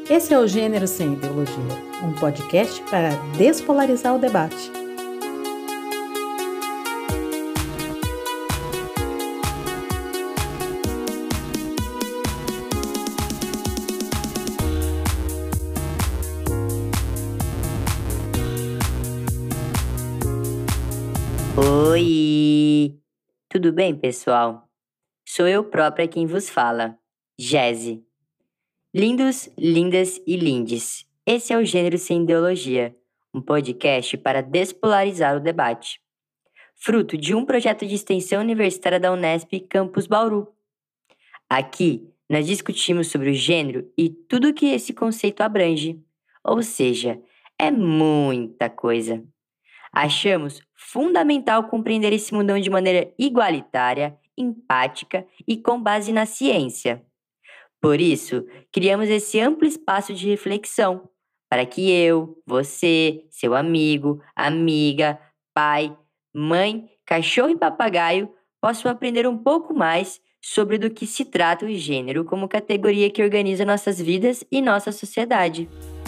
Esse é o Gênero Sem Ideologia, um podcast para despolarizar o debate. Oi! Tudo bem, pessoal? Sou eu própria quem vos fala, Jeze. Lindos, lindas e lindes, esse é o Gênero Sem Ideologia, um podcast para despolarizar o debate. Fruto de um projeto de extensão universitária da Unesp Campus Bauru. Aqui, nós discutimos sobre o gênero e tudo que esse conceito abrange, ou seja, é muita coisa. Achamos fundamental compreender esse mundão de maneira igualitária, empática e com base na ciência. Por isso, criamos esse amplo espaço de reflexão, para que eu, você, seu amigo, amiga, pai, mãe, cachorro e papagaio possam aprender um pouco mais sobre do que se trata o gênero como categoria que organiza nossas vidas e nossa sociedade.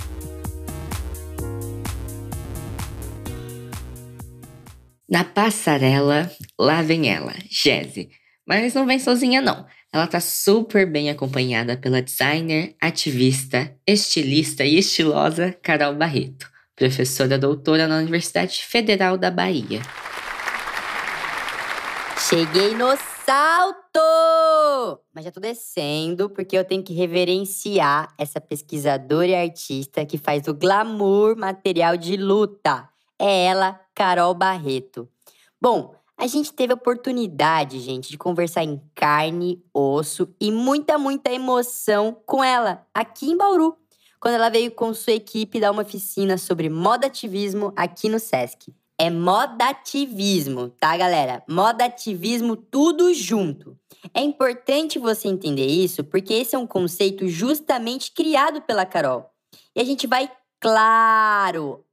Na passarela, lá vem ela, Jeze. Mas não vem sozinha não. Ela tá super bem acompanhada pela designer, ativista, estilista e estilosa Carol Barreto, professora doutora na Universidade Federal da Bahia. Cheguei no salto! Mas já tô descendo porque eu tenho que reverenciar essa pesquisadora e artista que faz o glamour material de luta. É ela, Carol Barreto. Bom, a gente teve a oportunidade, gente, de conversar em carne, osso e muita emoção com ela, aqui em Bauru, quando ela veio com sua equipe dar uma oficina sobre moda-ativismo aqui no Sesc. É moda-ativismo, tá, galera? Moda-ativismo tudo junto. É importante você entender isso porque esse é um conceito justamente criado pela Carol. E a gente vai, claro,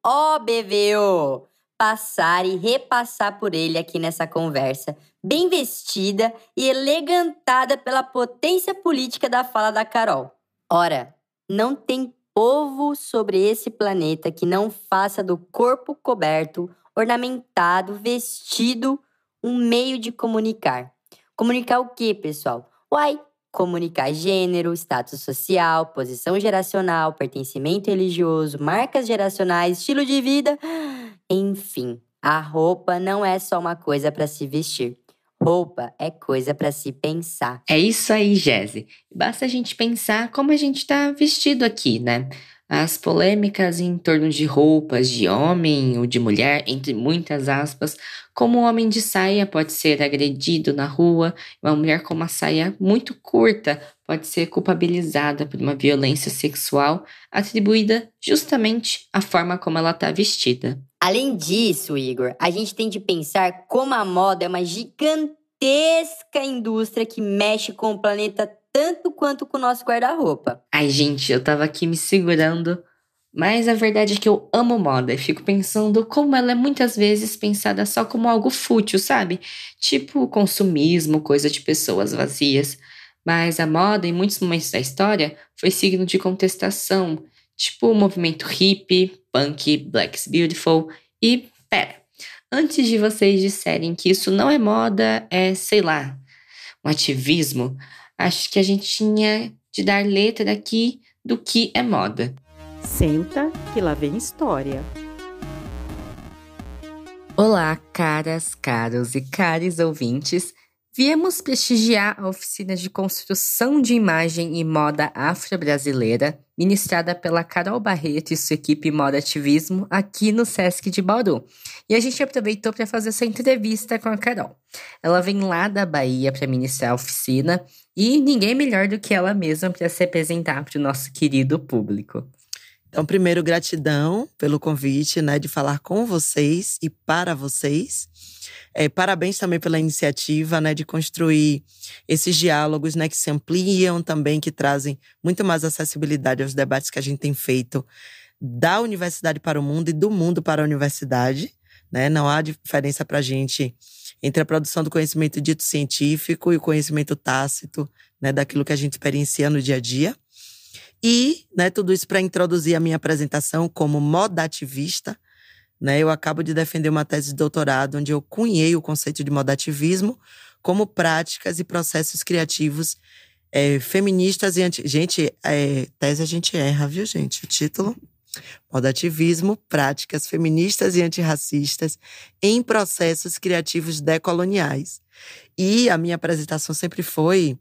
BVO, passar e repassar por ele aqui nessa conversa, bem vestida e elegantada pela potência política da fala da Carol. Ora, não tem povo sobre esse planeta que não faça do corpo coberto, ornamentado, vestido, um meio de comunicar. Comunicar o quê, pessoal? Comunicar gênero, status social, posição geracional, pertencimento religioso, marcas geracionais, estilo de vida. Enfim, a roupa não é só uma coisa para se vestir. Roupa é coisa para se pensar. É isso aí, Jeze. Basta a gente pensar como a gente tá vestido aqui, né? As polêmicas em torno de roupas de homem ou de mulher, entre muitas aspas, como um homem de saia pode ser agredido na rua, uma mulher com uma saia muito curta pode ser culpabilizada por uma violência sexual atribuída justamente à forma como ela está vestida. Além disso, Igor, a gente tem de pensar como a moda é uma gigantesca indústria que mexe com o planeta tanto quanto com o nosso guarda-roupa. Ai, gente, eu tava aqui me segurando, mas a verdade é que eu amo moda e fico pensando como ela é muitas vezes pensada só como algo fútil, sabe? Tipo consumismo, coisa de pessoas vazias. Mas a moda, em muitos momentos da história, foi signo de contestação, tipo o movimento hippie, punk, Black's Beautiful e, pera, antes de vocês disserem que isso não é moda, é, sei lá, um ativismo, acho que a gente tinha de dar letra aqui do que é moda. Senta que lá vem história. Olá, caras, caros e caros ouvintes. Viemos prestigiar a oficina de construção de imagem e moda afro-brasileira, ministrada pela Carol Barreto e sua equipe Moda Ativismo aqui no Sesc de Bauru. E a gente aproveitou para fazer essa entrevista com a Carol. Ela vem lá da Bahia para ministrar a oficina e ninguém melhor do que ela mesma para se apresentar para o nosso querido público. Então, primeiro, gratidão pelo convite, né, de falar com vocês e para vocês. Parabéns também pela iniciativa, né, de construir esses diálogos, né, que se ampliam também, que trazem muito mais acessibilidade aos debates que a gente tem feito da universidade para o mundo e do mundo para a universidade, né? Não há diferença para a gente entre a produção do conhecimento dito científico e o conhecimento tácito, né, daquilo que a gente experiencia no dia a dia. E, né, tudo isso para introduzir a minha apresentação como modativista, né? Eu acabo de defender uma tese de doutorado onde eu cunhei o conceito de modativismo como práticas e processos criativos feministas e Gente, tese a gente erra, viu, gente? O título: Modativismo, práticas feministas e antirracistas em processos criativos decoloniais. E a minha apresentação sempre foi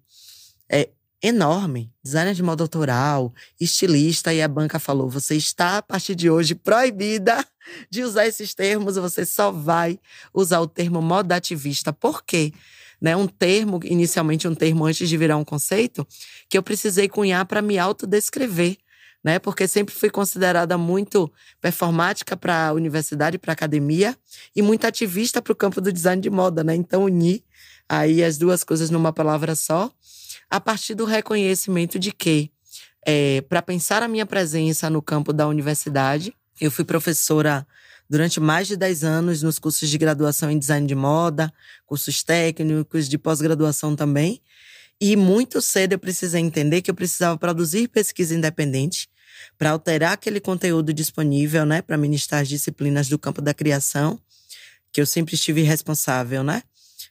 enorme. Designer de moda autoral, estilista, e a banca falou: você está, a partir de hoje, proibida de usar esses termos, você só vai usar o termo modativista. Por quê? Né, inicialmente um termo antes de virar um conceito, que eu precisei cunhar para me autodescrever, né? Porque sempre fui considerada muito performática para a universidade, para a academia, e muito ativista para o campo do design de moda, né? Então, uni aí as duas coisas numa palavra só, a partir do reconhecimento de que, para pensar a minha presença no campo da universidade, eu fui professora durante mais de 10 anos nos cursos de graduação em design de moda, cursos técnicos, de pós-graduação também. E muito cedo eu precisei entender que eu precisava produzir pesquisa independente para alterar aquele conteúdo disponível, né, para ministrar as disciplinas do campo da criação, que eu sempre estive responsável, né?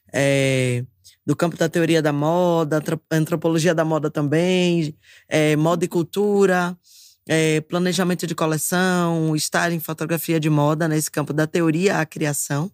Do campo da teoria da moda, antropologia da moda também, moda e cultura, planejamento de coleção, styling, fotografia de moda, nesse campo da teoria à criação.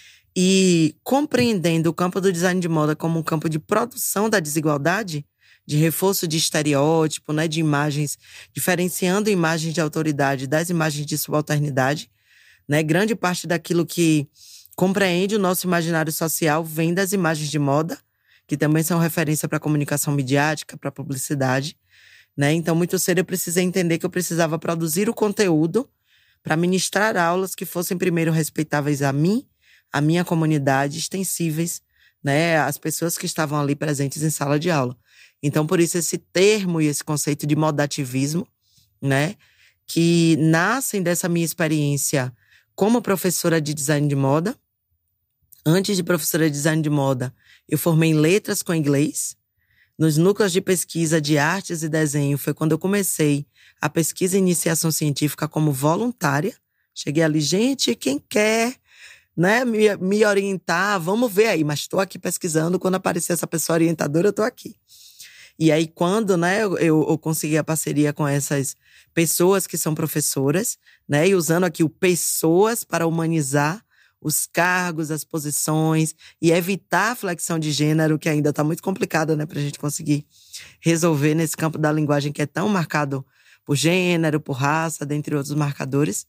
E compreendendo o campo do design de moda como um campo de produção da desigualdade, de reforço de estereótipo, né, de imagens, diferenciando imagens de autoridade das imagens de subalternidade, né? Grande parte daquilo que compreende o nosso imaginário social vem das imagens de moda, que também são referência para a comunicação midiática, para a publicidade, né? Então, muito cedo eu precisei entender que eu precisava produzir o conteúdo para ministrar aulas que fossem primeiro respeitáveis a mim, a minha comunidade, extensíveis, né, às pessoas que estavam ali presentes em sala de aula. Então, por isso esse termo e esse conceito de modativismo, né, que nascem dessa minha experiência como professora de design de moda. Antes de professora de design de moda, eu formei em letras com inglês. Nos núcleos de pesquisa de artes e desenho foi quando eu comecei a pesquisa e iniciação científica como voluntária. Cheguei ali, gente, quem quer, né, me orientar, vamos ver aí. Mas estou aqui pesquisando, quando aparecer essa pessoa orientadora, eu estou aqui. E aí, quando, né, eu consegui a parceria com essas pessoas que são professoras, né, e usando aqui o pessoas para humanizar os cargos, as posições e evitar a flexão de gênero, que ainda está muito complicada, né, para a gente conseguir resolver nesse campo da linguagem que é tão marcado por gênero, por raça, dentre outros marcadores.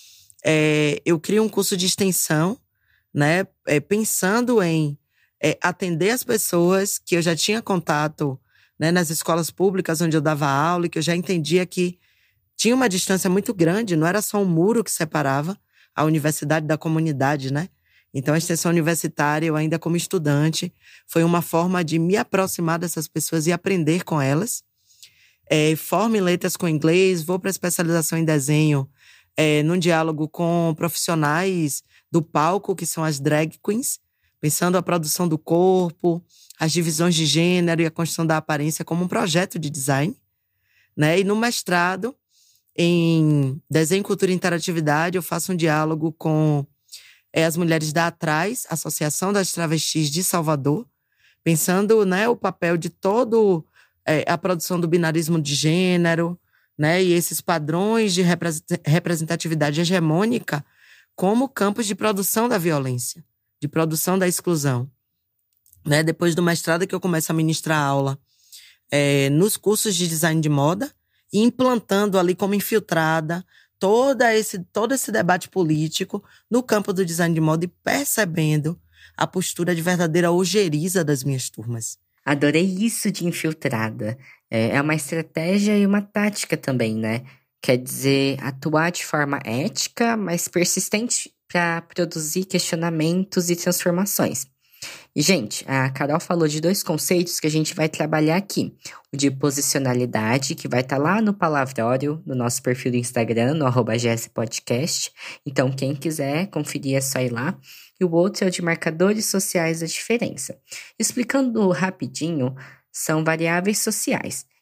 Eu crio um curso de extensão, né, pensando em atender as pessoas que eu já tinha contato, né, nas escolas públicas onde eu dava aula, e que eu já entendia que tinha uma distância muito grande, não era só um muro que separava a universidade da comunidade, né? Então, a extensão universitária, eu ainda como estudante, foi uma forma de me aproximar dessas pessoas e aprender com elas. Formo em letras com inglês, vou para a especialização em desenho, num diálogo com profissionais do palco, que são as drag queens, pensando a produção do corpo, as divisões de gênero e a construção da aparência como um projeto de design, né? E no mestrado, em Desenho, Cultura e Interatividade, eu faço um diálogo com as mulheres da Atrás, Associação das Travestis de Salvador, pensando, né, o papel de todo a produção do binarismo de gênero, né, e esses padrões de representatividade hegemônica como campos de produção da violência, de produção da exclusão. Né? Depois do mestrado que eu começo a ministrar aula nos cursos de design de moda, e implantando ali como infiltrada todo esse debate político no campo do design de moda e percebendo a postura de verdadeira ojeriza das minhas turmas. Adorei isso de infiltrada. É uma estratégia e uma tática também, né? Quer dizer, atuar de forma ética, mas persistente para produzir questionamentos e transformações. E, gente, a Carol falou de 2 conceitos que a gente vai trabalhar aqui. O de posicionalidade, que vai estar lá no Palavrório, no nosso perfil do Instagram, no @gspodcast. Então, quem quiser conferir é só ir lá. E o outro é o de marcadores sociais da diferença. Explicando rapidinho, são variáveis sociais.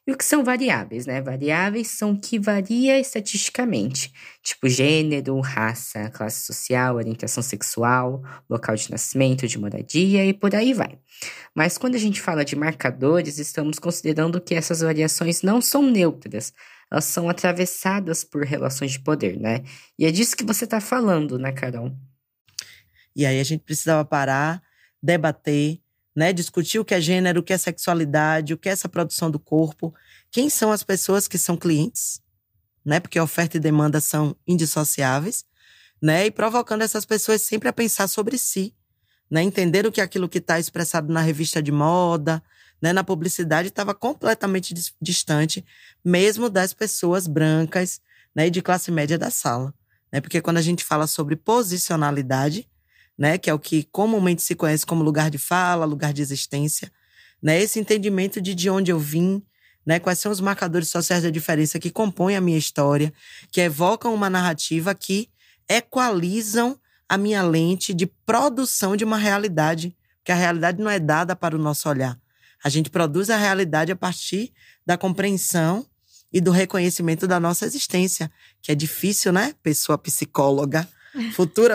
E o que são variáveis, né? Variáveis são o que varia estatisticamente, tipo gênero, raça, classe social, orientação sexual, local de nascimento, de moradia e por aí vai. Mas quando a gente fala de marcadores, estamos considerando que essas variações não são neutras, elas são atravessadas por relações de poder, né? E é disso que você está falando, né, Carol? E aí a gente precisava parar, debater, né, discutir o que é gênero, o que é sexualidade, o que é essa produção do corpo, quem são as pessoas que são clientes, né, porque oferta e demanda são indissociáveis, né, e provocando essas pessoas sempre a pensar sobre si, né, entender o que é aquilo que está expressado na revista de moda, né, na publicidade estava completamente distante, mesmo das pessoas brancas, né, e de classe média da sala, né, porque quando a gente fala sobre posicionalidade, né, que é o que comumente se conhece como lugar de fala, lugar de existência, né, esse entendimento de onde eu vim, né, quais são os marcadores sociais da diferença que compõem a minha história, que evocam uma narrativa que equalizam a minha lente de produção de uma realidade, porque a realidade não é dada para o nosso olhar. A gente produz a realidade a partir da compreensão e do reconhecimento da nossa existência, que é difícil, né, pessoa psicóloga, futuro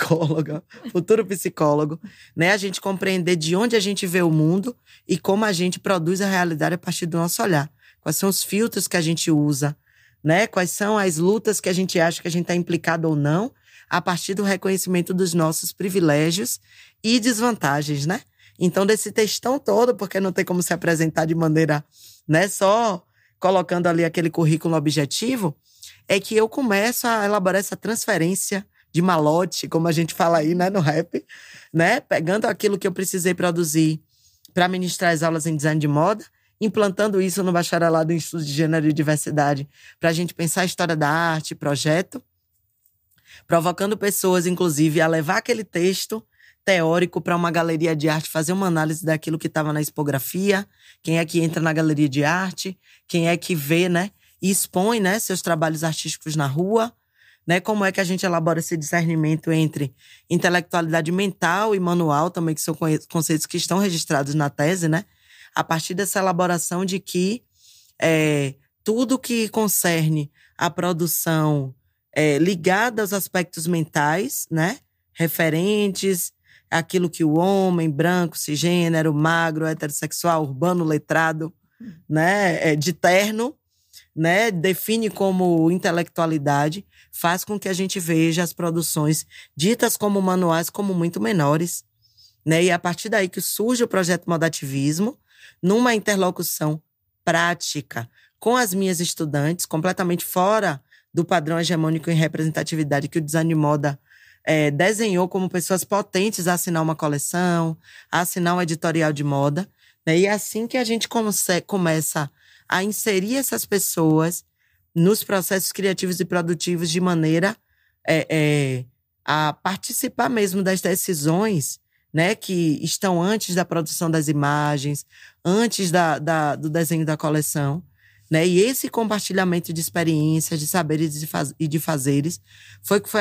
psicólogo, né? A gente compreender de onde a gente vê o mundo e como a gente produz a realidade a partir do nosso olhar. Quais são os filtros que a gente usa, né? Quais são as lutas que a gente acha que a gente está implicado ou não, a partir do reconhecimento dos nossos privilégios e desvantagens, né? Então, desse textão todo, porque não tem como se apresentar de maneira, né, só colocando ali aquele currículo objetivo, é que eu começo a elaborar essa transferência de malote, como a gente fala aí, né, no rap, né, pegando aquilo que eu precisei produzir para ministrar as aulas em design de moda, implantando isso no bacharelado em estudos de gênero e diversidade, para a gente pensar a história da arte, projeto, provocando pessoas, inclusive, a levar aquele texto teórico para uma galeria de arte, fazer uma análise daquilo que estava na expografia, quem é que entra na galeria de arte, quem é que vê, né, e expõe, né, seus trabalhos artísticos na rua, né, como é que a gente elabora esse discernimento entre intelectualidade mental e manual também, que são conceitos que estão registrados na tese, né, a partir dessa elaboração de que tudo que concerne a produção ligada aos aspectos mentais, né, referentes àquilo que o homem branco, cisgênero, magro, heterossexual, urbano, letrado, né, de terno, né, define como intelectualidade, faz com que a gente veja as produções ditas como manuais como muito menores, né, e a partir daí que surge o projeto Modativismo, numa interlocução prática com as minhas estudantes, completamente fora do padrão hegemônico em representatividade que o design de moda desenhou como pessoas potentes a assinar uma coleção, a assinar um editorial de moda, né, e é assim que a gente começa a inserir essas pessoas nos processos criativos e produtivos de maneira a participar mesmo das decisões, né, que estão antes da produção das imagens, antes do desenho da coleção, né, e esse compartilhamento de experiências, de saberes e de fazeres foi que foi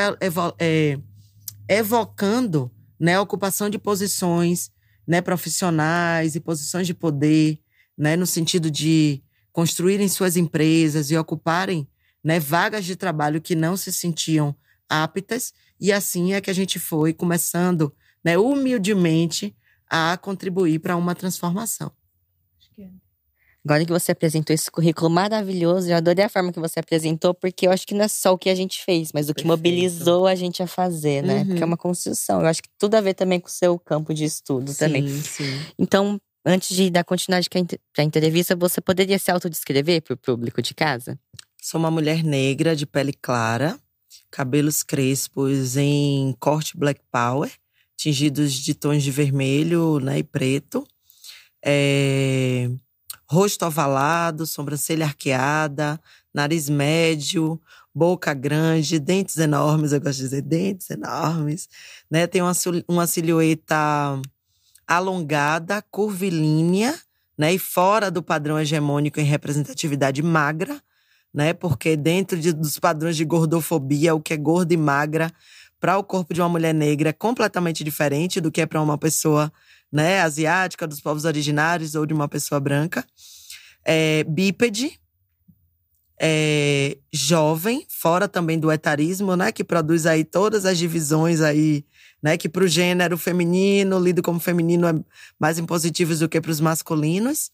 evocando, né, a ocupação de posições, né, profissionais e posições de poder, né, no sentido de construírem suas empresas e ocuparem, né, vagas de trabalho que não se sentiam aptas, e assim é que a gente foi começando, né, humildemente a contribuir para uma transformação. Agora que você apresentou esse currículo maravilhoso, eu adorei a forma que você apresentou, porque eu acho que não é só o que a gente fez, mas o que mobilizou a gente a fazer, né? Porque é uma construção. Eu acho que tudo a ver também com o seu campo de estudo também. Sim. Então, antes de dar continuidade para a entrevista, você poderia se autodescrever para o público de casa? Sou uma mulher negra, de pele clara, cabelos crespos em corte Black Power, tingidos de tons de vermelho, né, e preto. Rosto ovalado, sobrancelha arqueada, nariz médio, boca grande, dentes enormes, eu gosto de dizer dentes enormes, né? Tem uma silhueta alongada, curvilínea, né? E fora do padrão hegemônico em representatividade magra, né? Porque dentro dos padrões de gordofobia, o que é gorda e magra para o corpo de uma mulher negra é completamente diferente do que é para uma pessoa, né, asiática, dos povos originários ou de uma pessoa branca. bípede, jovem, fora também do etarismo, né? Que produz aí todas as divisões aí, né? Que para o gênero feminino, lido como feminino, é mais impositivos do que para os masculinos.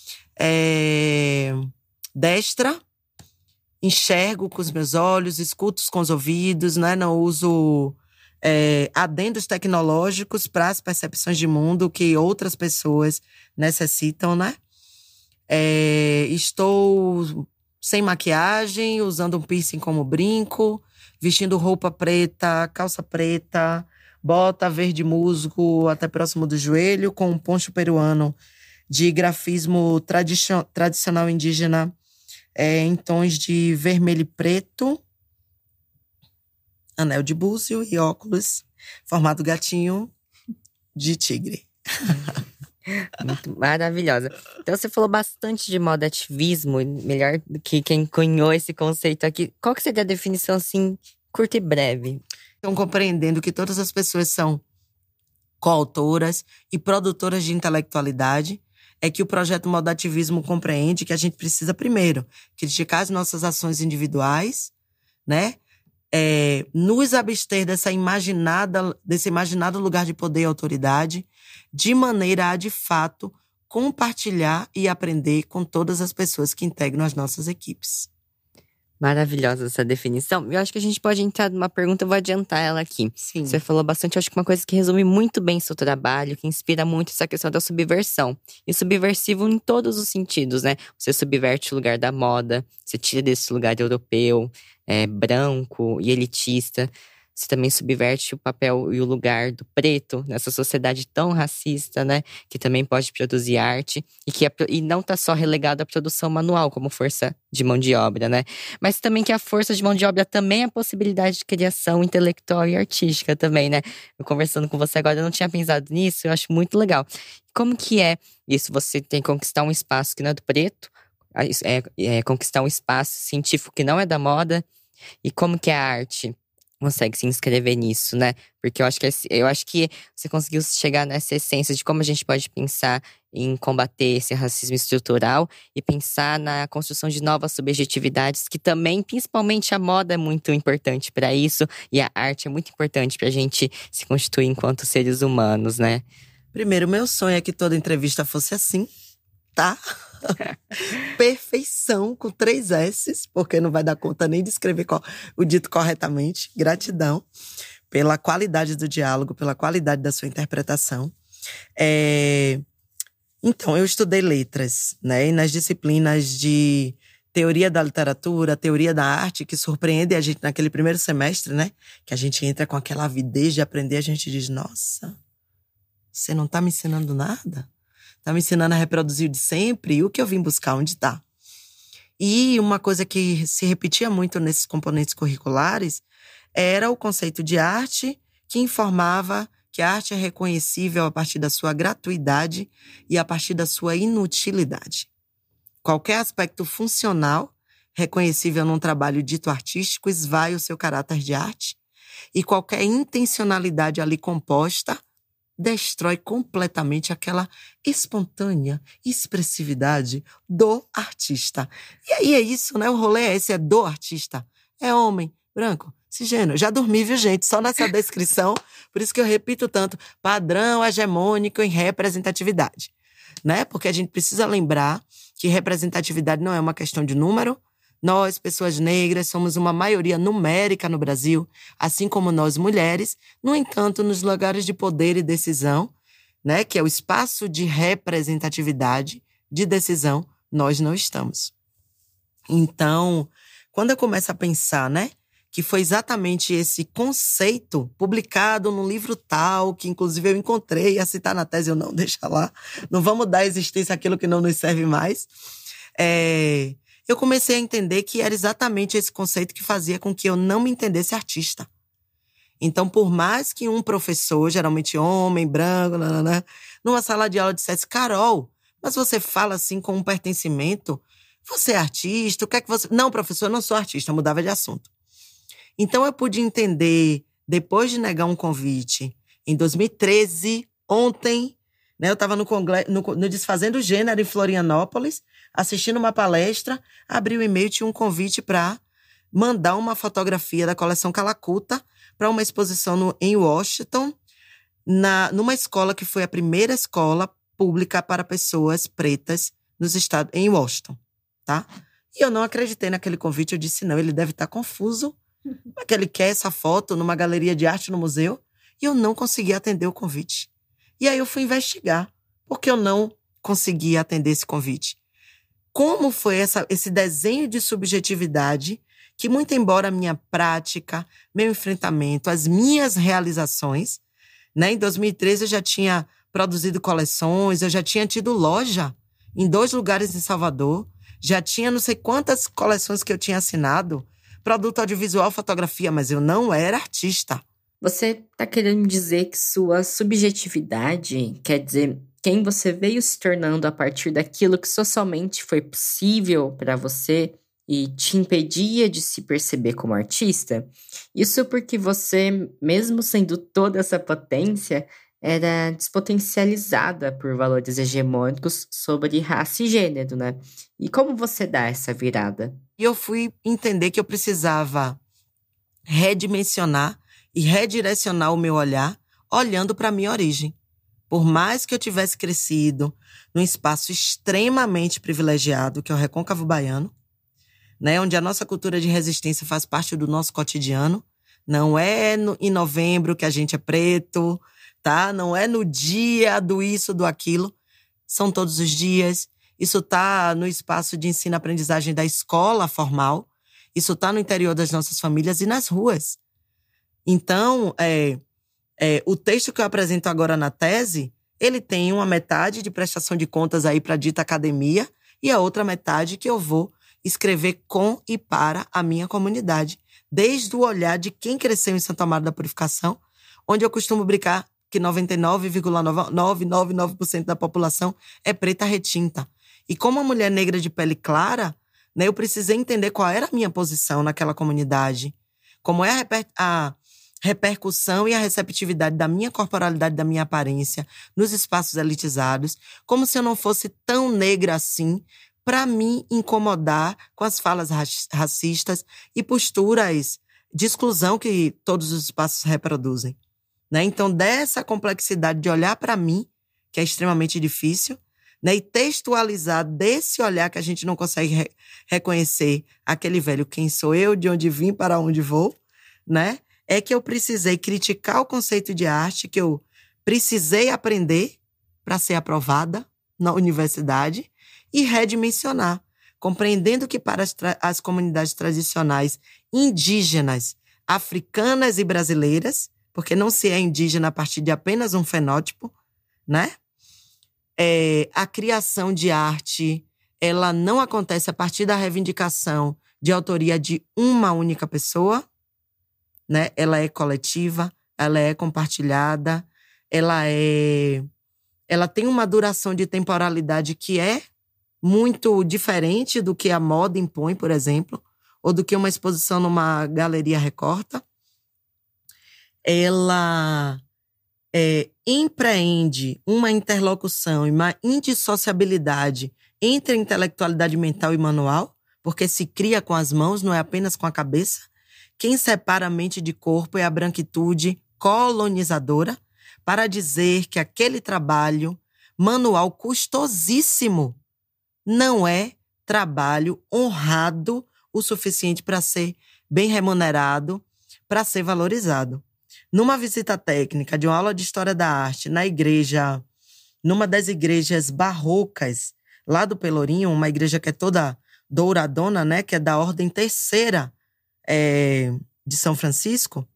Destra, enxergo com os meus olhos, escuto com os ouvidos, né? Não uso adendos tecnológicos para as percepções de mundo que outras pessoas necessitam, né? Estou sem maquiagem, usando um piercing como brinco, vestindo roupa preta, calça preta, bota verde musgo até próximo do joelho, com um poncho peruano de grafismo tradicional indígena em tons de vermelho e preto, anel de búzio e óculos formato gatinho de tigre. Muito maravilhosa. Então, você falou bastante de moda ativismo, melhor do que quem cunhou esse conceito aqui. Qual que seria a definição, assim, curta e breve? Então, compreendendo que todas as pessoas são coautoras e produtoras de intelectualidade, é que o projeto Moda Ativismo compreende que a gente precisa, primeiro, criticar as nossas ações individuais, né? Nos abster desse imaginado lugar de poder e autoridade, de maneira a, de fato, compartilhar e aprender com todas as pessoas que integram as nossas equipes. Maravilhosa essa definição. Eu acho que a gente pode entrar numa pergunta, eu vou adiantar ela aqui. Sim. Você falou bastante, eu acho que uma coisa que resume muito bem seu trabalho, que inspira muito essa questão da subversão. E subversivo em todos os sentidos, né? Você subverte o lugar da moda, você tira desse lugar europeu, branco e elitista. Você também subverte o papel e o lugar do preto nessa sociedade tão racista, né? Que também pode produzir arte e não tá só relegado à produção manual como força de mão de obra, né? Mas também que a força de mão de obra também é a possibilidade de criação intelectual e artística também, né? Eu conversando com você agora, eu não tinha pensado nisso, eu acho muito legal. Como que é isso? Você tem que conquistar um espaço que não é do preto, conquistar um espaço científico que não é da moda, e como que é a arte consegue se inscrever nisso, né? Porque eu acho que você conseguiu chegar nessa essência de como a gente pode pensar em combater esse racismo estrutural e pensar na construção de novas subjetividades, que também, principalmente a moda é muito importante para isso e a arte é muito importante para a gente se constituir enquanto seres humanos, né? Primeiro, meu sonho é que toda entrevista fosse assim, tá? Perfeição com 3 S's, porque não vai dar conta nem de escrever o dito corretamente. Gratidão pela qualidade do diálogo, pela qualidade da sua interpretação. Então, eu estudei letras, né? E nas disciplinas de teoria da literatura, teoria da arte, que surpreende a gente naquele primeiro semestre, né? Que a gente entra com aquela avidez de aprender, a gente diz, nossa, você não tá me ensinando nada? Tá me ensinando a reproduzir o de sempre? E o que eu vim buscar? Onde tá? E uma coisa que se repetia muito nesses componentes curriculares era o conceito de arte, que informava que a arte é reconhecível a partir da sua gratuidade e a partir da sua inutilidade. Qualquer aspecto funcional, reconhecível num trabalho dito artístico, esvai o seu caráter de arte, e qualquer intencionalidade ali composta destrói completamente aquela espontânea expressividade do artista. E aí é isso, né? O rolê é esse, é do artista. É homem, branco, cisgênero. Já dormi, viu, gente? Só nessa descrição. Por isso que eu repito tanto. Padrão hegemônico em representatividade. Né? Porque a gente precisa lembrar que representatividade não é uma questão de número. Nós, pessoas negras, somos uma maioria numérica no Brasil, assim como nós, mulheres. No entanto, nos lugares de poder e decisão, né, que é o espaço de representatividade, de decisão, nós não estamos. Então, quando eu começo a pensar, né, que foi exatamente esse conceito publicado num livro tal, que inclusive eu encontrei, ia citar na tese, eu não, deixa lá, não vamos dar existência àquilo que não nos serve mais, eu comecei a entender que era exatamente esse conceito que fazia com que eu não me entendesse artista. Então, por mais que um professor, geralmente homem, branco, numa sala de aula dissesse, Carol, mas você fala assim com um pertencimento, você é artista, o que é que você... Não, professor, eu não sou artista, eu mudava de assunto. Então, eu pude entender, depois de negar um convite, em 2013, ontem, né, eu estava no Desfazendo o Gênero em Florianópolis, assistindo uma palestra, abri o e-mail, tinha um convite para mandar uma fotografia da coleção Calacuta para uma exposição em Washington, numa escola que foi a primeira escola pública para pessoas pretas nos estados, em Washington, tá? E eu não acreditei naquele convite, eu disse, não, ele deve estar confuso, porque ele quer essa foto numa galeria de arte no museu, e eu não consegui atender o convite. E aí eu fui investigar, porque eu não consegui atender esse convite. Como foi esse desenho de subjetividade que, muito embora a minha prática, meu enfrentamento, as minhas realizações, né? Em 2013 eu já tinha produzido coleções, eu já tinha tido loja em 2 lugares em Salvador, já tinha não sei quantas coleções que eu tinha assinado, produto audiovisual, fotografia, mas eu não era artista. Você tá querendo dizer que sua subjetividade, quer dizer, quem você veio se tornando a partir daquilo que socialmente foi possível para você e te impedia de se perceber como artista? Isso porque você, mesmo sendo toda essa potência, era despotencializada por valores hegemônicos sobre raça e gênero, né? E como você dá essa virada? E eu fui entender que eu precisava redimensionar e redirecionar o meu olhar, olhando para a minha origem. Por mais que eu tivesse crescido num espaço extremamente privilegiado, que é o Recôncavo Baiano, né, onde a nossa cultura de resistência faz parte do nosso cotidiano, não é em novembro que a gente é preto, tá? Não é no dia do isso, do aquilo, são todos os dias. Isso está no espaço de ensino-aprendizagem da escola formal, isso está no interior das nossas famílias e nas ruas. Então, o texto que eu apresento agora na tese, ele tem uma metade de prestação de contas aí para a dita academia e a outra metade que eu vou escrever com e para a minha comunidade, desde o olhar de quem cresceu em Santo Amaro da Purificação, onde eu costumo brincar que 99,999% da população é preta retinta. E como uma mulher negra de pele clara, né, eu precisei entender qual era a minha posição naquela comunidade, como é a repercussão e a receptividade da minha corporalidade, da minha aparência nos espaços elitizados, como se eu não fosse tão negra assim para me incomodar com as falas racistas e posturas de exclusão que todos os espaços reproduzem. Né? Então, dessa complexidade de olhar para mim, que é extremamente difícil, né? E textualizar desse olhar que a gente não consegue reconhecer aquele velho quem sou eu, de onde vim, para onde vou, né? É que eu precisei criticar o conceito de arte, que eu precisei aprender para ser aprovada na universidade e redimensionar, compreendendo que para as comunidades tradicionais indígenas, africanas e brasileiras, porque não se é indígena a partir de apenas um fenótipo, né? A criação de arte, ela não acontece a partir da reivindicação de autoria de uma única pessoa, né? Ela é coletiva, ela é compartilhada, ela tem uma duração de temporalidade que é muito diferente do que a moda impõe, por exemplo, ou do que uma exposição numa galeria recorta. Ela empreende uma interlocução e uma indissociabilidade entre a intelectualidade mental e manual, porque se cria com as mãos, não é apenas com a cabeça. Quem separa a mente de corpo é a branquitude colonizadora, para dizer que aquele trabalho manual custosíssimo não é trabalho honrado o suficiente para ser bem remunerado, para ser valorizado. Numa visita técnica de uma aula de História da Arte na igreja, numa das igrejas barrocas lá do Pelourinho, uma igreja que é toda douradona, né, que é da Ordem Terceira de São Francisco,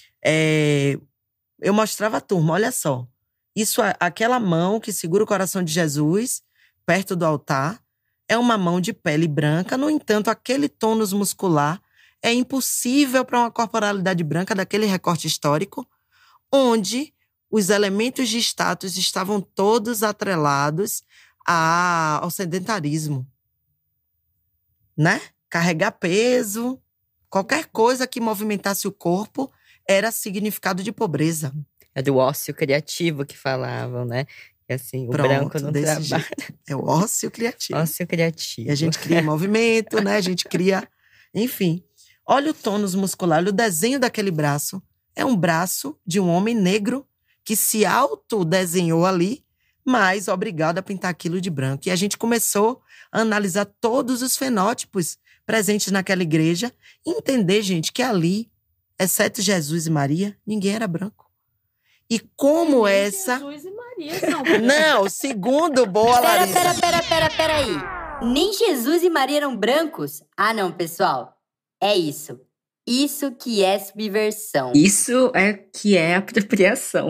eu mostrava a turma, olha só, aquela mão que segura o coração de Jesus perto do altar é uma mão de pele branca, no entanto, aquele tônus muscular é impossível para uma corporalidade branca daquele recorte histórico, onde os elementos de status estavam todos atrelados ao sedentarismo, né? Carregar peso, qualquer coisa que movimentasse o corpo era significado de pobreza. É do ócio criativo que falavam, né? assim. O Pronto, branco não desse trabalha. jeito. É o ócio criativo. Ócio criativo. E a gente cria movimento, né? A gente cria… Enfim. Olha o tônus muscular, olha o desenho daquele braço. É um braço de um homem negro que se autodesenhou ali, mas obrigado a pintar aquilo de branco. E a gente começou a analisar todos os fenótipos presentes naquela igreja e entender, gente, que ali, exceto Jesus e Maria, ninguém era branco. E como essa… Jesus e Maria são brancos. Não, segundo boa, Larissa. Pera aí. Nem Jesus e Maria eram brancos? Ah, não, pessoal. É isso. Isso que é subversão. Isso é que é apropriação.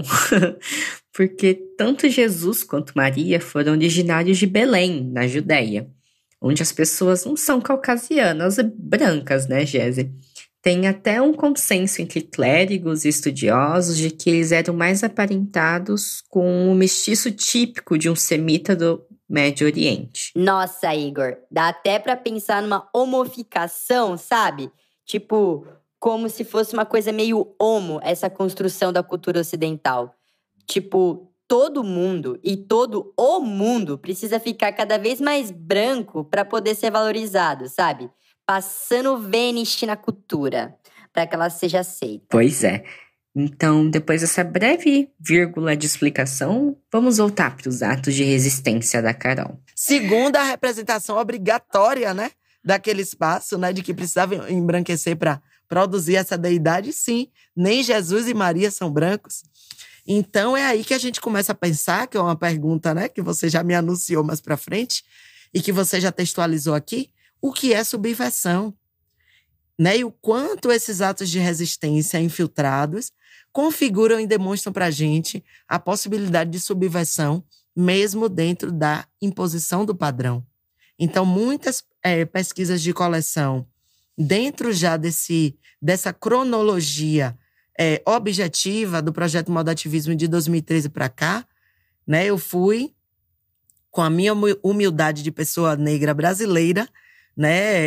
Porque tanto Jesus quanto Maria foram originários de Belém, na Judéia, onde as pessoas não são caucasianas e brancas, né, Gési? Tem até um consenso entre clérigos e estudiosos de que eles eram mais aparentados com o mestiço típico de um semita do Médio Oriente. Nossa, Igor, dá até pra pensar numa homoficação, sabe? Tipo, como se fosse uma coisa meio homo, essa construção da cultura ocidental. Tipo, todo mundo e todo o mundo precisa ficar cada vez mais branco pra poder ser valorizado, sabe? Passando o Vênus na cultura, para que ela seja aceita. Pois é. Então, depois dessa breve vírgula de explicação, vamos voltar para os atos de resistência da Carol. Segundo a representação obrigatória, né, daquele espaço, né, de que precisava embranquecer para produzir essa deidade, sim, nem Jesus e Maria são brancos. Então, é aí que a gente começa a pensar, que é uma pergunta, né, que você já me anunciou mais para frente e que você já textualizou aqui, o que é subversão, né? E o quanto esses atos de resistência infiltrados configuram e demonstram para a gente a possibilidade de subversão, mesmo dentro da imposição do padrão. Então, muitas pesquisas de coleção, dentro já dessa cronologia objetiva do projeto Modativismo de 2013 para cá, né? Eu fui, com a minha humildade de pessoa negra brasileira, né,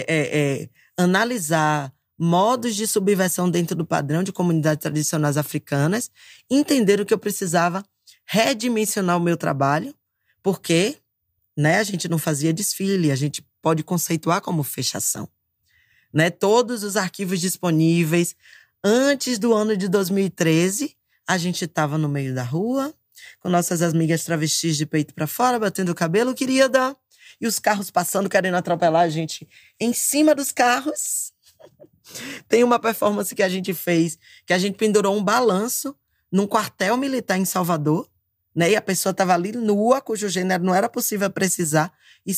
analisar modos de subversão dentro do padrão de comunidades tradicionais africanas, entender o que eu precisava redimensionar o meu trabalho, porque, né, a gente não fazia desfile, a gente pode conceituar como fechação. Né, todos os arquivos disponíveis, antes do ano de 2013, a gente estava no meio da rua, com nossas amigas travestis de peito para fora, batendo o cabelo, querida, e os carros passando, querendo atropelar a gente em cima dos carros. Tem uma performance que a gente fez, que a gente pendurou um balanço num quartel militar em Salvador, né? E a pessoa estava ali nua, cujo gênero não era possível precisar,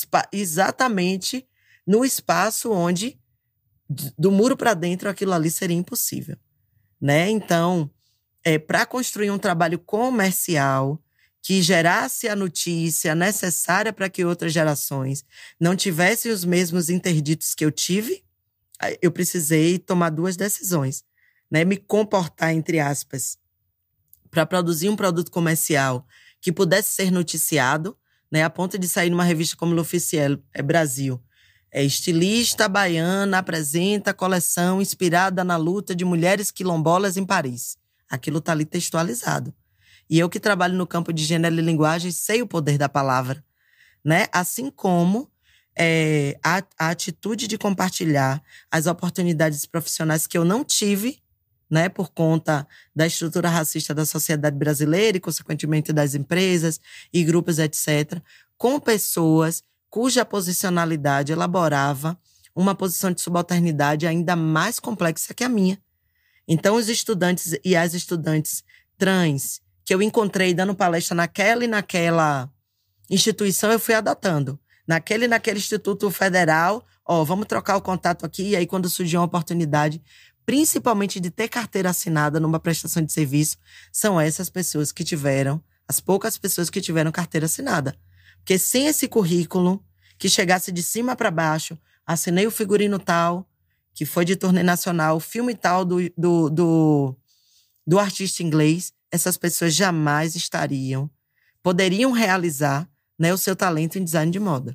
exatamente no espaço onde, do muro para dentro, aquilo ali seria impossível, né? Então, para construir um trabalho comercial que gerasse a notícia necessária para que outras gerações não tivessem os mesmos interditos que eu tive, eu precisei tomar duas decisões, né? Me comportar, entre aspas, para produzir um produto comercial que pudesse ser noticiado, né? A ponto de sair numa revista como L'Officiel Brasil. Estilista baiana apresenta coleção inspirada na luta de mulheres quilombolas em Paris. Aquilo está ali textualizado. E eu que trabalho no campo de gênero e linguagem sei o poder da palavra, né? Assim como a atitude de compartilhar as oportunidades profissionais que eu não tive, né, por conta da estrutura racista da sociedade brasileira e, consequentemente, das empresas e grupos, etc., com pessoas cuja posicionalidade elaborava uma posição de subalternidade ainda mais complexa que a minha. Então, os estudantes e as estudantes trans que eu encontrei dando palestra naquela e naquela instituição, eu fui adotando. Naquele e naquele Instituto Federal, vamos trocar o contato aqui. E aí, quando surgiu uma oportunidade, principalmente de ter carteira assinada numa prestação de serviço, são essas pessoas que tiveram, as poucas pessoas que tiveram carteira assinada. Porque sem esse currículo, que chegasse de cima para baixo, assinei o figurino tal, que foi de turnê nacional, o filme tal do artista inglês, essas pessoas jamais poderiam realizar, né, o seu talento em design de moda.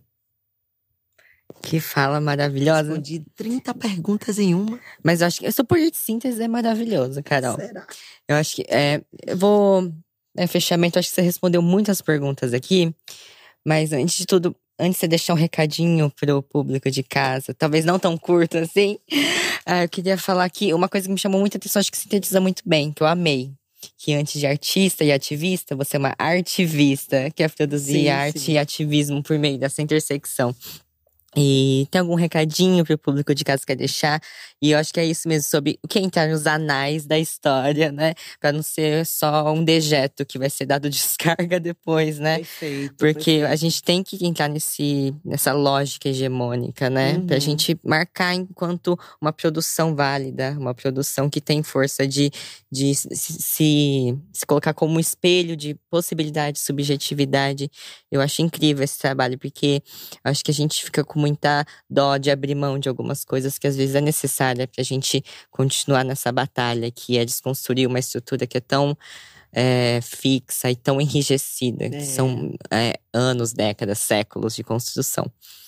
Que fala maravilhosa. Respondi 30 perguntas em uma. Mas eu acho que esse poder de síntese é maravilhoso, Carol. Será? Eu acho que eu vou Fechamento, acho que você respondeu muitas perguntas aqui. Mas antes de tudo, antes de você deixar um recadinho pro público de casa, talvez não tão curto assim, eu queria falar que uma coisa que me chamou muita atenção, acho que sintetiza muito bem, que eu amei. Que antes de artista e ativista, você é uma artivista, que é produzir arte e ativismo por meio dessa intersecção. E tem algum recadinho pro público de casa que quer deixar? E eu acho que é isso mesmo, sobre o que entrar nos anais da história, né? Pra não ser só um dejeto que vai ser dado descarga depois, né? Perfeito. Porque a gente tem que entrar nessa lógica hegemônica, né? Pra gente marcar enquanto uma produção válida, uma produção que tem força de se colocar como um espelho de possibilidade, subjetividade. Eu acho incrível esse trabalho, porque acho que a gente fica com muita dó de abrir mão de algumas coisas que às vezes é necessária pra gente continuar nessa batalha, que é desconstruir uma estrutura que é tão fixa e tão enrijecida, que são anos, décadas, séculos de construção.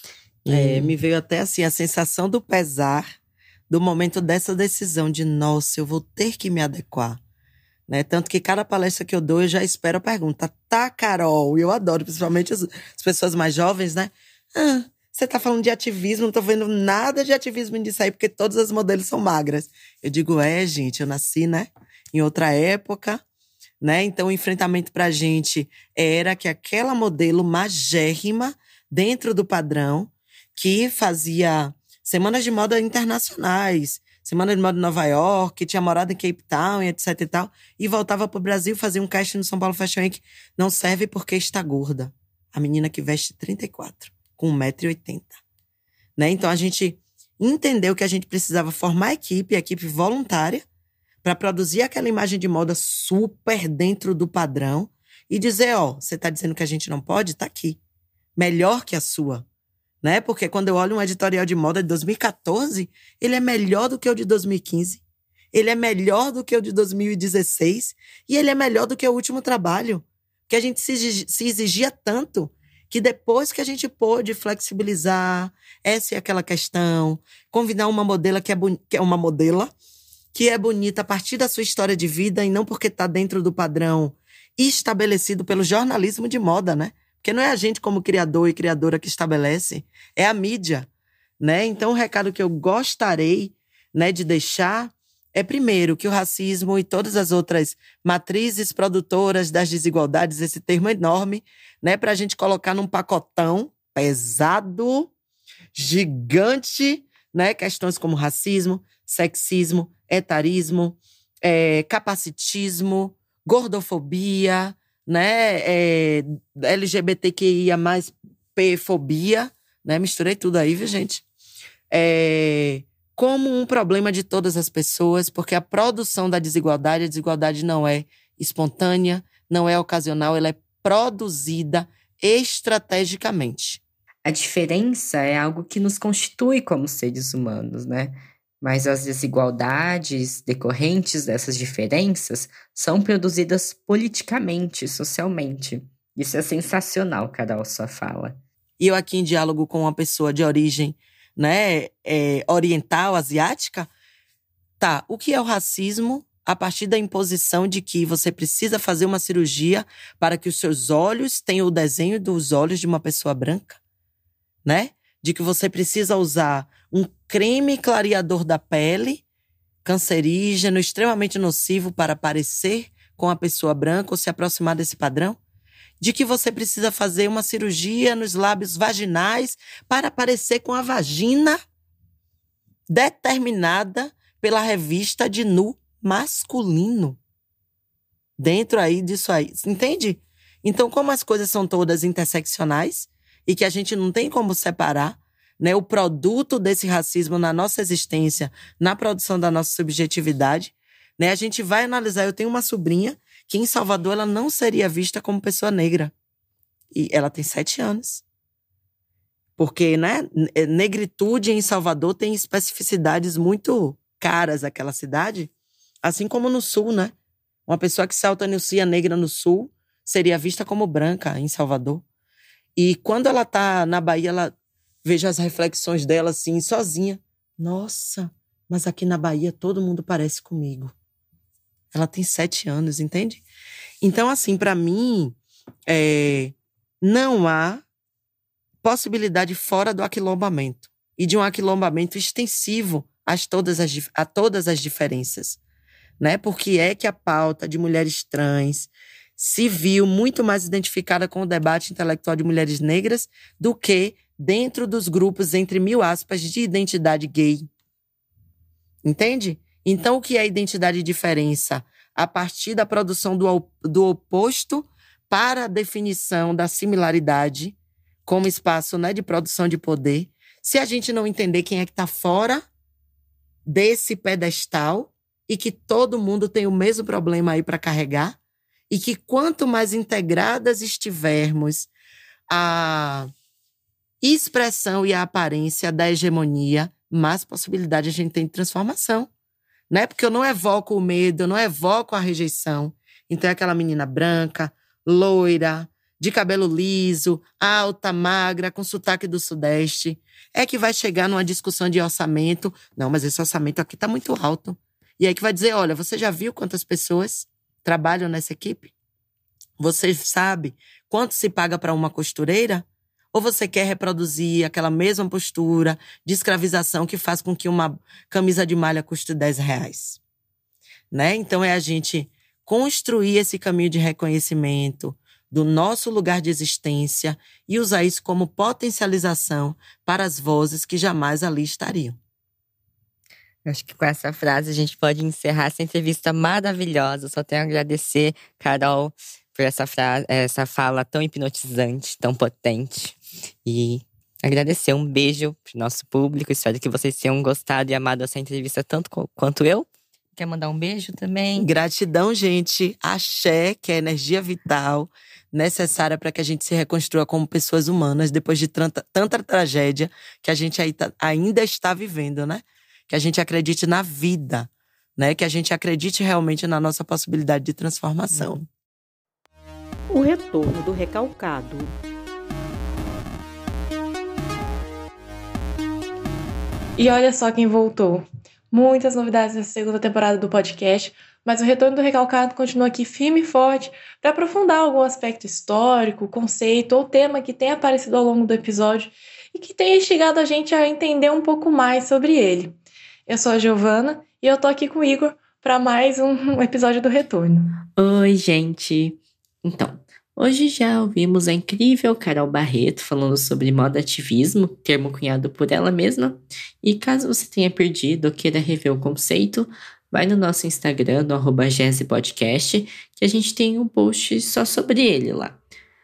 Me veio até assim a sensação do pesar do momento dessa decisão de, nossa, eu vou ter que me adequar. Né? Tanto que cada palestra que eu dou, eu já espero a pergunta. Tá, Carol? E eu adoro, principalmente as pessoas mais jovens, né? Você tá falando de ativismo, não tô vendo nada de ativismo disso aí, porque todas as modelos são magras. Eu digo, gente, eu nasci, né? Em outra época, né? Então, o enfrentamento pra gente era que aquela modelo magérrima, dentro do padrão, que fazia semanas de moda internacionais, semana de moda em Nova York, tinha morado em Cape Town, e etc e tal, e voltava pro Brasil, fazia um casting no São Paulo Fashion Week. Não serve porque está gorda. A menina que veste 34. Com 1,80 m. Né? Então, a gente entendeu que a gente precisava formar equipe voluntária, para produzir aquela imagem de moda super dentro do padrão e dizer, você tá dizendo que a gente não pode? Tá aqui. Melhor que a sua. Né? Porque quando eu olho um editorial de moda de 2014, ele é melhor do que o de 2015. Ele é melhor do que o de 2016. E ele é melhor do que o último trabalho. Que a gente se exigia tanto que depois que a gente pôde flexibilizar, essa é aquela questão, convidar uma modelo que é uma modela, que é bonita a partir da sua história de vida e não porque está dentro do padrão estabelecido pelo jornalismo de moda, né? Porque não é a gente como criador e criadora que estabelece, é a mídia, né? Então, o recado que eu gostaria, né, de deixar é, primeiro, que o racismo e todas as outras matrizes produtoras das desigualdades, esse termo enorme, né, para a gente colocar num pacotão pesado, gigante, né, questões como racismo, sexismo, etarismo, capacitismo, gordofobia, né, LGBTQIA+, P-fobia, né, misturei tudo aí, viu, gente? Como um problema de todas as pessoas, porque a produção da desigualdade, a desigualdade não é espontânea, não é ocasional, ela é produzida estrategicamente. A diferença é algo que nos constitui como seres humanos, né? Mas as desigualdades decorrentes dessas diferenças são produzidas politicamente, socialmente. Isso é sensacional, Carol, sua fala. E eu aqui em diálogo com uma pessoa de origem, né, oriental, asiática, o que é o racismo a partir da imposição de que você precisa fazer uma cirurgia para que os seus olhos tenham o desenho dos olhos de uma pessoa branca, né? De que você precisa usar um creme clareador da pele, cancerígeno, extremamente nocivo para parecer com a pessoa branca ou se aproximar desse padrão. De que você precisa fazer uma cirurgia nos lábios vaginais para parecer com a vagina determinada pela revista de nu masculino. Dentro aí disso aí, entende? Então, como as coisas são todas interseccionais e que a gente não tem como separar, né, o produto desse racismo na nossa existência, na produção da nossa subjetividade, né, a gente vai analisar. Eu tenho uma sobrinha que em Salvador ela não seria vista como pessoa negra. E ela tem 7 anos. Porque, né, negritude em Salvador tem especificidades muito caras àquela cidade, assim como no Sul, né? Uma pessoa que se autoanuncia negra no Sul seria vista como branca em Salvador. E quando ela tá na Bahia, ela veja as reflexões dela assim, sozinha. Nossa, mas aqui na Bahia todo mundo parece comigo. Ela tem 7 anos, entende? Então, assim, para mim, não há possibilidade fora do aquilombamento. E de um aquilombamento extensivo a todas as diferenças. Né? Porque é que a pauta de mulheres trans se viu muito mais identificada com o debate intelectual de mulheres negras do que dentro dos grupos, entre 1000 aspas, de identidade gay. Entende? Então, o que é identidade e diferença? A partir da produção do oposto para a definição da similaridade como espaço, né, de produção de poder. Se a gente não entender quem é que está fora desse pedestal e que todo mundo tem o mesmo problema aí para carregar e que quanto mais integradas estivermos a expressão e a aparência da hegemonia, mais possibilidade a gente tem de transformação. Né? Porque eu não evoco o medo, eu não evoco a rejeição. Então é aquela menina branca, loira, de cabelo liso, alta, magra, com sotaque do Sudeste, é que vai chegar numa discussão de orçamento. Não, mas esse orçamento aqui está muito alto. E aí que vai dizer, olha, você já viu quantas pessoas trabalham nessa equipe? Você sabe quanto se paga para uma costureira? Ou você quer reproduzir aquela mesma postura de escravização que faz com que uma camisa de malha custe R$10? Né? Então é a gente construir esse caminho de reconhecimento do nosso lugar de existência e usar isso como potencialização para as vozes que jamais ali estariam. Eu acho que com essa frase a gente pode encerrar essa entrevista maravilhosa. Só tenho a agradecer, Carol, por essa fala tão hipnotizante, tão potente. E agradecer, um beijo pro nosso público. Espero que vocês tenham gostado e amado essa entrevista tanto quanto eu. Quer mandar um beijo também? Gratidão, gente. Axé, que é a energia vital necessária para que a gente se reconstrua como pessoas humanas depois de tanta tragédia que a gente ainda está vivendo, né? Que a gente acredite na vida, né? Que a gente acredite realmente na nossa possibilidade de transformação. O retorno do recalcado. E olha só quem voltou. Muitas novidades nessa segunda temporada do podcast, mas o Retorno do Recalcado continua aqui firme e forte para aprofundar algum aspecto histórico, conceito ou tema que tenha aparecido ao longo do episódio e que tenha instigado a gente a entender um pouco mais sobre ele. Eu sou a Giovana e eu tô aqui com o Igor para mais um episódio do Retorno. Oi, gente! Então, hoje já ouvimos a incrível Carol Barreto falando sobre moda ativismo, termo cunhado por ela mesma. E caso você tenha perdido ou queira rever o conceito, vai no nosso Instagram, no @GesiPodcast, que a gente tem um post só sobre ele lá.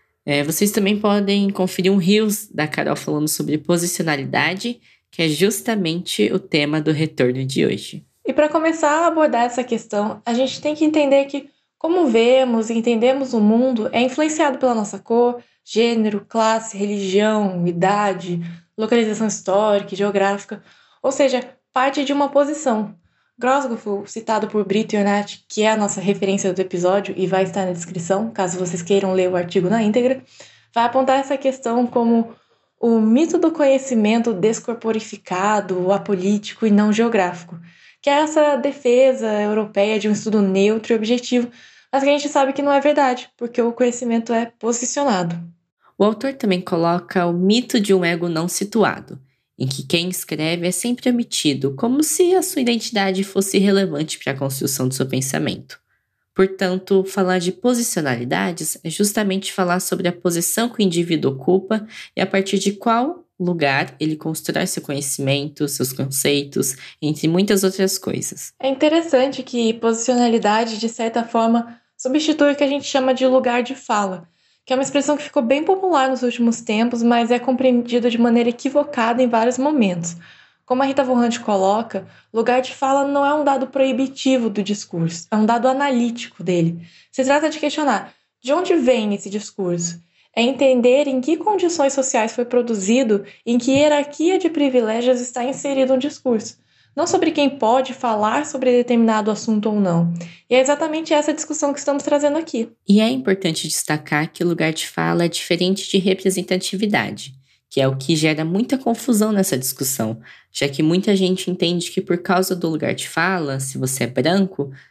Vocês também podem conferir um Reels da Carol falando sobre posicionalidade, que é justamente o tema do retorno de hoje. E para começar a abordar essa questão, a gente tem que entender que como vemos e entendemos o mundo é influenciado pela nossa cor, gênero, classe, religião, idade, localização histórica e geográfica, ou seja, parte de uma posição. Grosgoff, citado por Brito Ionati, que é a nossa referência do episódio e vai estar na descrição, caso vocês queiram ler o artigo na íntegra, vai apontar essa questão como o mito do conhecimento descorporificado, apolítico e não geográfico, que é essa defesa europeia de um estudo neutro e objetivo, mas que a gente sabe que não é verdade, porque o conhecimento é posicionado. O autor também coloca o mito de um ego não situado, em que quem escreve é sempre omitido, como se a sua identidade fosse relevante para a construção do seu pensamento. Portanto, falar de posicionalidades é justamente falar sobre a posição que o indivíduo ocupa e a partir de qual lugar ele constrói seu conhecimento, seus conceitos, entre muitas outras coisas. É interessante que posicionalidade, de certa forma, substitui o que a gente chama de lugar de fala, que é uma expressão que ficou bem popular nos últimos tempos, mas é compreendida de maneira equivocada em vários momentos. Como a Rita Von Hunt coloca, lugar de fala não é um dado proibitivo do discurso, é um dado analítico dele. Se trata de questionar de onde vem esse discurso. É entender em que condições sociais foi produzido, em que hierarquia de privilégios está inserido um discurso. Não sobre quem pode falar sobre determinado assunto ou não. E é exatamente essa discussão que estamos trazendo aqui. E é importante destacar que o lugar de fala é diferente de representatividade, que é o que gera muita confusão nessa discussão, já que muita gente entende que por causa do lugar de fala, se você é branco,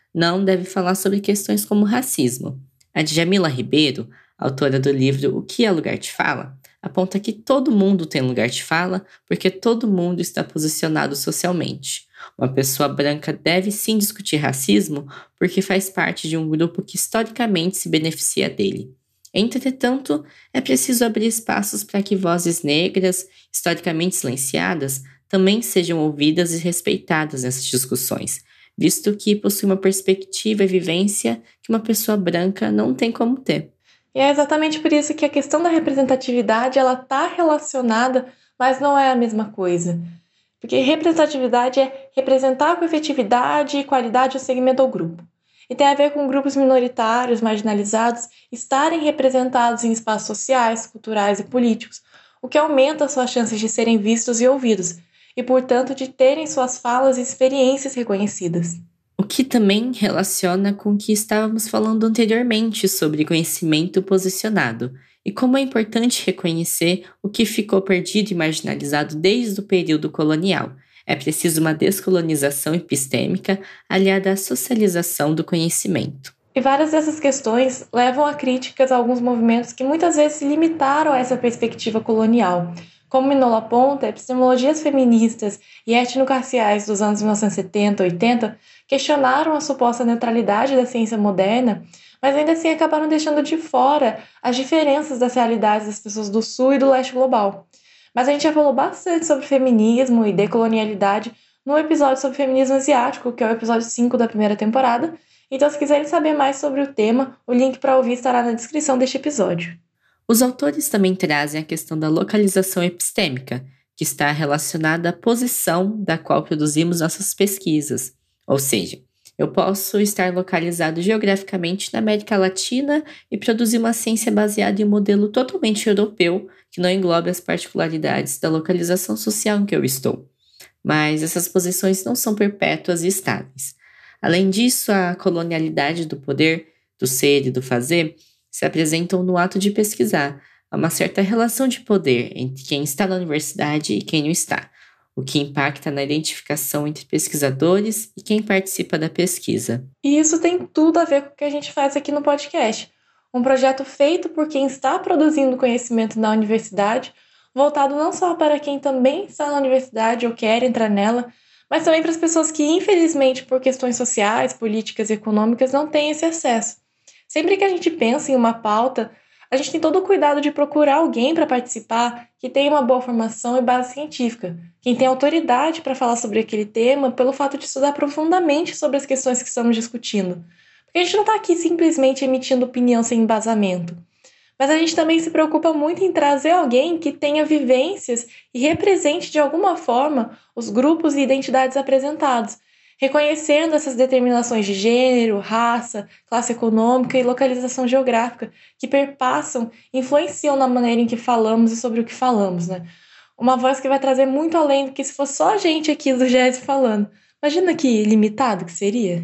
não deve falar sobre questões como racismo. A Djamila Ribeiro, autora do livro O que é lugar de fala, aponta que todo mundo tem lugar de fala porque todo mundo está posicionado socialmente. Uma pessoa branca deve sim discutir racismo porque faz parte de um grupo que historicamente se beneficia dele. Entretanto, é preciso abrir espaços para que vozes negras, historicamente silenciadas, também sejam ouvidas e respeitadas nessas discussões, visto que possui uma perspectiva e vivência que uma pessoa branca não tem como ter. E é exatamente por isso que a questão da representatividade ela está relacionada, mas não é a mesma coisa. Porque representatividade é representar com efetividade e qualidade o segmento ou grupo. E tem a ver com grupos minoritários, marginalizados, estarem representados em espaços sociais, culturais e políticos, o que aumenta suas chances de serem vistos e ouvidos, e, portanto, de terem suas falas e experiências reconhecidas. O que também relaciona com o que estávamos falando anteriormente sobre conhecimento posicionado, e como é importante reconhecer o que ficou perdido e marginalizado desde o período colonial. É preciso uma descolonização epistêmica aliada à socialização do conhecimento. E várias dessas questões levam a críticas a alguns movimentos que muitas vezes se limitaram a essa perspectiva colonial. Como Minola aponta, epistemologias feministas e etnocarciais dos anos 1970 e 80 questionaram a suposta neutralidade da ciência moderna, mas ainda assim acabaram deixando de fora as diferenças das realidades das pessoas do Sul e do Leste global. Mas a gente já falou bastante sobre feminismo e decolonialidade no episódio sobre feminismo asiático, que é o episódio 5 da primeira temporada. Então, se quiserem saber mais sobre o tema, o link para ouvir estará na descrição deste episódio. Os autores também trazem a questão da localização epistêmica, que está relacionada à posição da qual produzimos nossas pesquisas. Ou seja, eu posso estar localizado geograficamente na América Latina e produzir uma ciência baseada em um modelo totalmente europeu, que não englobe as particularidades da localização social em que eu estou. Mas essas posições não são perpétuas e estáveis. Além disso, a colonialidade do poder, do ser e do fazer se apresentam no ato de pesquisar. Há uma certa relação de poder entre quem está na universidade e quem não está, o que impacta na identificação entre pesquisadores e quem participa da pesquisa. E isso tem tudo a ver com o que a gente faz aqui no podcast. Um projeto feito por quem está produzindo conhecimento na universidade, voltado não só para quem também está na universidade ou quer entrar nela, mas também para as pessoas que, infelizmente, por questões sociais, políticas e econômicas, não têm esse acesso. Sempre que a gente pensa em uma pauta, a gente tem todo o cuidado de procurar alguém para participar que tenha uma boa formação e base científica, quem tem autoridade para falar sobre aquele tema pelo fato de estudar profundamente sobre as questões que estamos discutindo. Porque a gente não está aqui simplesmente emitindo opinião sem embasamento. Mas a gente também se preocupa muito em trazer alguém que tenha vivências e represente de alguma forma os grupos e identidades apresentados, reconhecendo essas determinações de gênero, raça, classe econômica e localização geográfica que perpassam e influenciam na maneira em que falamos e sobre o que falamos, né? Uma voz que vai trazer muito além do que se fosse só a gente aqui do GES falando. Imagina que limitado que seria.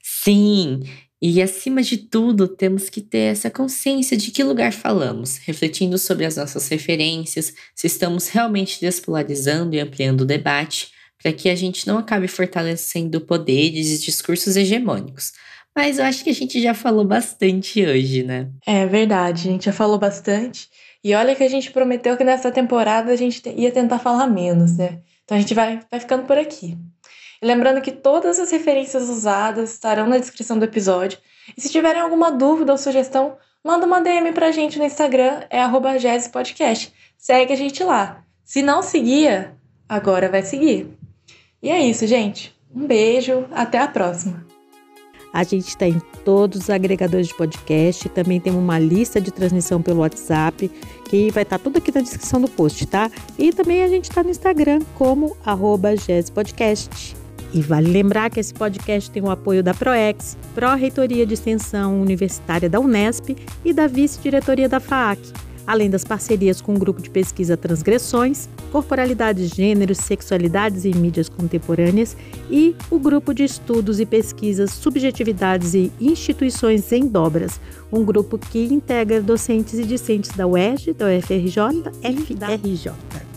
Sim, e acima de tudo temos que ter essa consciência de que lugar falamos, refletindo sobre as nossas referências, se estamos realmente despolarizando e ampliando o debate, para que a gente não acabe fortalecendo poderes e discursos hegemônicos. Mas eu acho que a gente já falou bastante hoje, né? É verdade, a gente já falou bastante. E olha que a gente prometeu que nessa temporada a gente ia tentar falar menos, né? Então a gente vai ficando por aqui. E lembrando que todas as referências usadas estarão na descrição do episódio. E se tiverem alguma dúvida ou sugestão, manda uma DM pra gente no Instagram, é @gespodcast. Segue a gente lá. Se não seguia, agora vai seguir. E é isso, gente. Um beijo, até a próxima. A gente está em todos os agregadores de podcast, também tem uma lista de transmissão pelo WhatsApp, que vai estar tudo aqui na descrição do post, tá? E também a gente está no Instagram como @gespodcast. E vale lembrar que esse podcast tem o apoio da PROEX, Pró-Reitoria de Extensão Universitária da Unesp e da Vice-Diretoria da FAAC, além das parcerias com o Grupo de Pesquisa Transgressões, Corporalidades, Gêneros, Sexualidades e Mídias Contemporâneas e o Grupo de Estudos e Pesquisas, Subjetividades e Instituições em Dobras, um grupo que integra docentes e discentes da UERJ, da UFRJ, da FRJ.